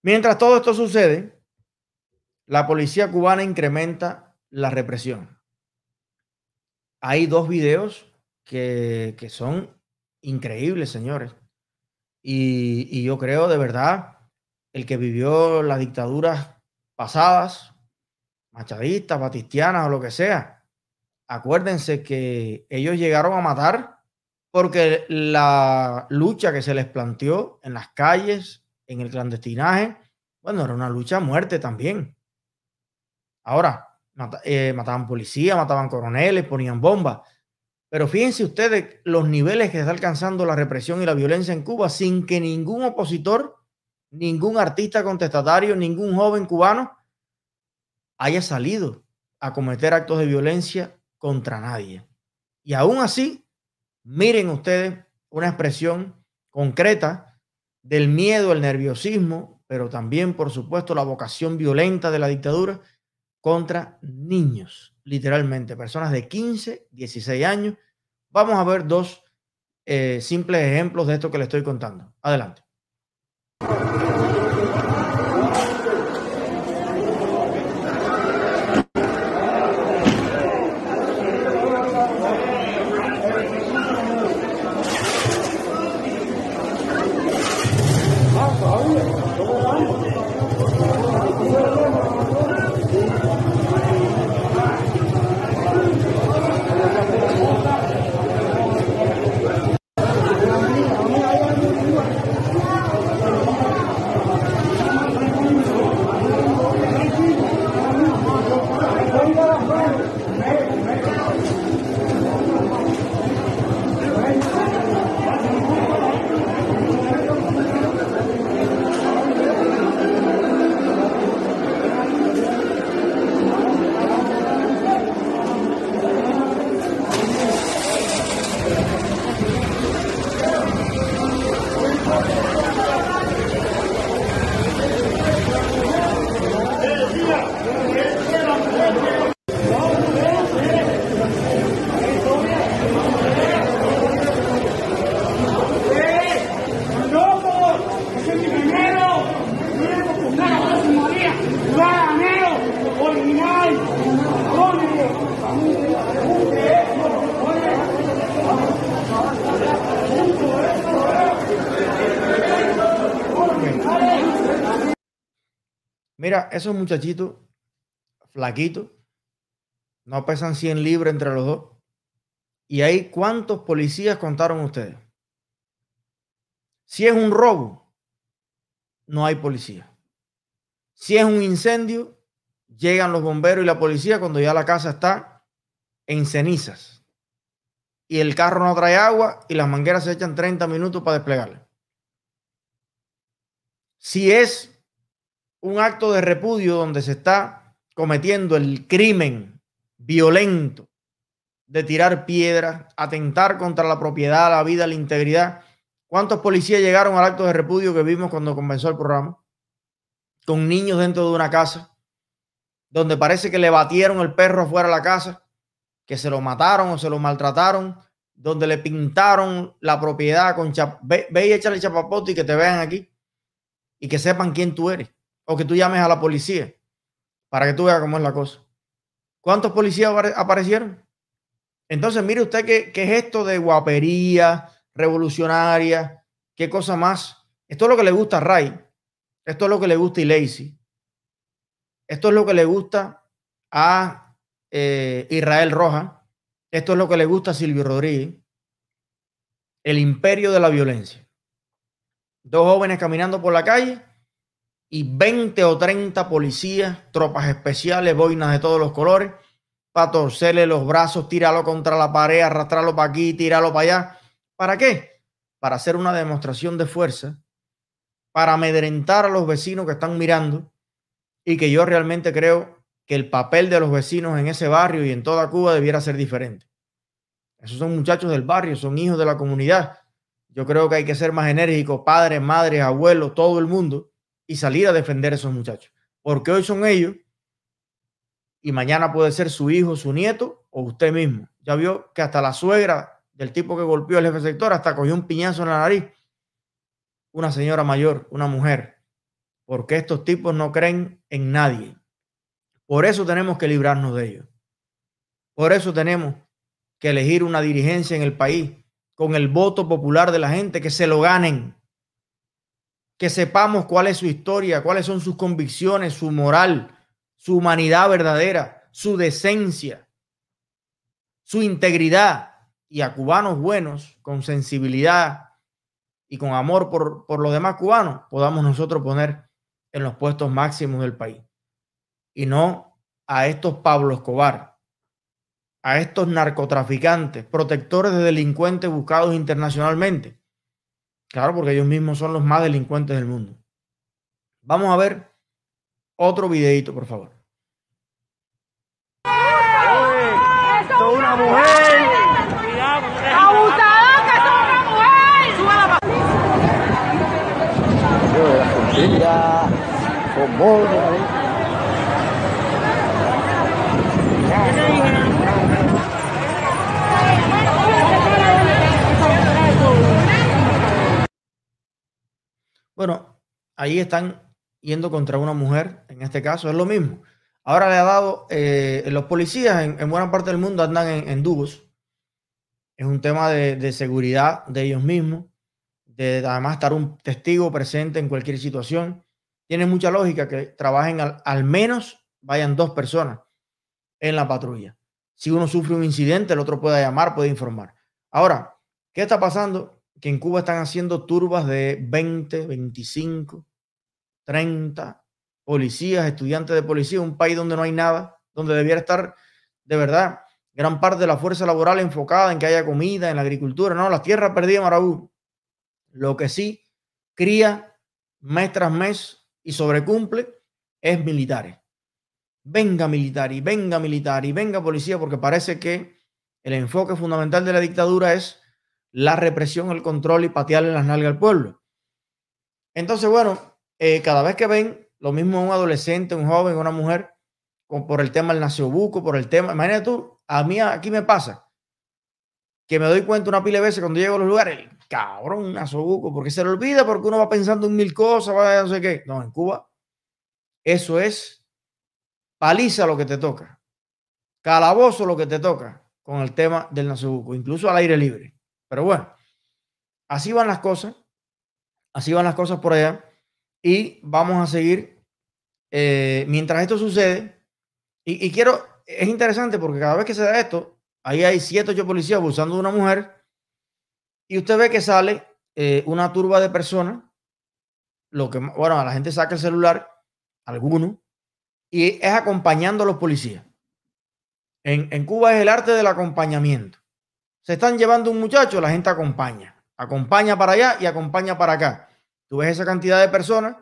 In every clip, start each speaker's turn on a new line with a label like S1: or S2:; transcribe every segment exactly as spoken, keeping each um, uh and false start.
S1: Mientras todo esto sucede, la policía cubana incrementa la represión. Hay dos videos que, que son increíbles, señores. Y, y yo creo de verdad, el que vivió las dictaduras pasadas, machadistas, batistianas o lo que sea, acuérdense que ellos llegaron a matar porque la lucha que se les planteó en las calles, en el clandestinaje, bueno, era una lucha a muerte también. Ahora, mata- eh, mataban policías, mataban coroneles, ponían bombas. Pero fíjense ustedes los niveles que está alcanzando la represión y la violencia en Cuba sin que ningún opositor, ningún artista contestatario, ningún joven cubano haya salido a cometer actos de violencia contra nadie. Y aún así, miren ustedes una expresión concreta del miedo, el nerviosismo, pero también, por supuesto, la vocación violenta de la dictadura contra niños, literalmente, personas de quince, dieciséis años. Vamos a ver dos eh, simples ejemplos de esto que le estoy contando. Adelante. Mira, esos muchachitos flaquitos no pesan cien libras entre los dos. ¿Y ahí cuántos policías contaron ustedes? Si es un robo, no hay policía. Si es un incendio, llegan los bomberos y la policía cuando ya la casa está en cenizas. Y el carro no trae agua y las mangueras se echan treinta minutos para desplegarla. Si es un acto de repudio donde se está cometiendo el crimen violento de tirar piedras, atentar contra la propiedad, la vida, la integridad. ¿Cuántos policías llegaron al acto de repudio que vimos cuando comenzó el programa? Con niños dentro de una casa, donde parece que le batieron el perro afuera de la casa, que se lo mataron o se lo maltrataron, donde le pintaron la propiedad con chap... Ve, ve y échale chapapote y que te vean aquí y que sepan quién tú eres, o que tú llames a la policía para que tú veas cómo es la cosa. ¿Cuántos policías aparecieron? Entonces, mire usted qué, qué es esto de guapería revolucionaria, qué cosa más. Esto es lo que le gusta a Ray, esto es lo que le gusta a Ilacy, esto es lo que le gusta a eh, Israel Rojas, esto es lo que le gusta a Silvio Rodríguez, el imperio de la violencia. Dos jóvenes caminando por la calle y veinte o treinta policías, tropas especiales, boinas de todos los colores, para torcerle los brazos, tirarlo contra la pared, arrastrarlo para aquí, tirarlo para allá. ¿Para qué? Para hacer una demostración de fuerza, para amedrentar a los vecinos que están mirando, y que yo realmente creo que el papel de los vecinos en ese barrio y en toda Cuba debiera ser diferente. Esos son muchachos del barrio, son hijos de la comunidad. Yo creo que hay que ser más enérgicos, padres, madres, abuelos, todo el mundo, y salir a defender a esos muchachos. Porque hoy son ellos y mañana puede ser su hijo, su nieto o usted mismo. Ya vio que hasta la suegra del tipo que golpeó al jefe sector hasta cogió un piñazo en la nariz. Una señora mayor, una mujer. porque estos tipos no creen en nadie. Por eso tenemos que librarnos de ellos. Por eso tenemos que elegir una dirigencia en el país con el voto popular de la gente, que se lo ganen, que sepamos cuál es su historia, cuáles son sus convicciones, su moral, su humanidad verdadera, su decencia, su integridad, y a cubanos buenos, con sensibilidad y con amor por, por los demás cubanos, podamos nosotros poner en los puestos máximos del país. Y no a estos Pablo Escobar, a estos narcotraficantes, protectores de delincuentes buscados internacionalmente. Claro, porque ellos mismos son los más delincuentes del mundo. Vamos a ver otro videito, por favor.
S2: ¡Eso es una mujer! ¡Abusador, que es una mujer! ¡Sube la
S3: la con
S1: Bueno, ahí están yendo contra una mujer, en este caso es lo mismo. Ahora le ha dado, eh, los policías en, en buena parte del mundo andan en, en dúos. Es un tema de, de seguridad de ellos mismos, de además estar un testigo presente en cualquier situación. Tiene mucha lógica que trabajen al, al menos, vayan dos personas en la patrulla. Si uno sufre un incidente, el otro puede llamar, puede informar. Ahora, ¿qué está pasando? Que en Cuba están haciendo turbas de veinte, veinticinco, treinta policías, estudiantes de policía, un país donde no hay nada, donde debiera estar de verdad gran parte de la fuerza laboral enfocada en que haya comida, en la agricultura. No, las tierras perdidas, Marabú. Lo que sí cría mes tras mes y sobrecumple es militares. Venga militar y venga militar y venga policía, porque parece que el enfoque fundamental de la dictadura es la represión, el control y patearle las nalgas al pueblo. Entonces, bueno, eh, cada vez que ven lo mismo un adolescente, un joven, una mujer, con, por el tema del nacionbuco, por el tema, imagínate tú, a mí aquí me pasa que me doy cuenta una pila de veces cuando llego a los lugares, el cabrón, nasobuco, porque se le olvida, porque uno va pensando en mil cosas, va no sé qué. No, en Cuba, eso es paliza lo que te toca, calabozo lo que te toca con el tema del nasobuco, incluso al aire libre. Pero bueno, así van las cosas, así van las cosas por allá, y vamos a seguir eh, mientras esto sucede. Y, y quiero, es interesante porque cada vez que se da esto, ahí hay siete, ocho policías abusando de una mujer, y usted ve que sale eh, una turba de personas, lo que, bueno, la gente saca el celular, algunos, y es acompañando a los policías. En, en Cuba es el arte del acompañamiento. Se están llevando un muchacho, la gente acompaña. Acompaña para allá y acompaña para acá. Tú ves esa cantidad de personas,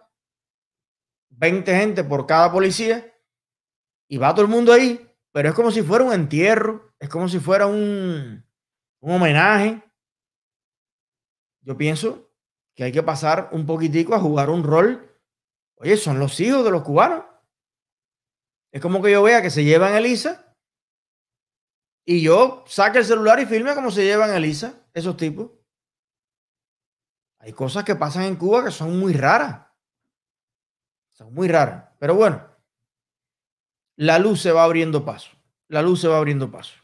S1: veinte gente por cada policía, y va todo el mundo ahí, pero es como si fuera un entierro, es como si fuera un, un homenaje. Yo pienso que hay que pasar un poquitico a jugar un rol. Oye, son los hijos de los cubanos. Es como que yo vea que se llevan a Elisa y yo saque el celular y filme cómo se llevan a Elisa, esos tipos. Hay cosas que pasan en Cuba que son muy raras. Son muy raras. Pero bueno, la luz se va abriendo paso. La luz se va abriendo paso.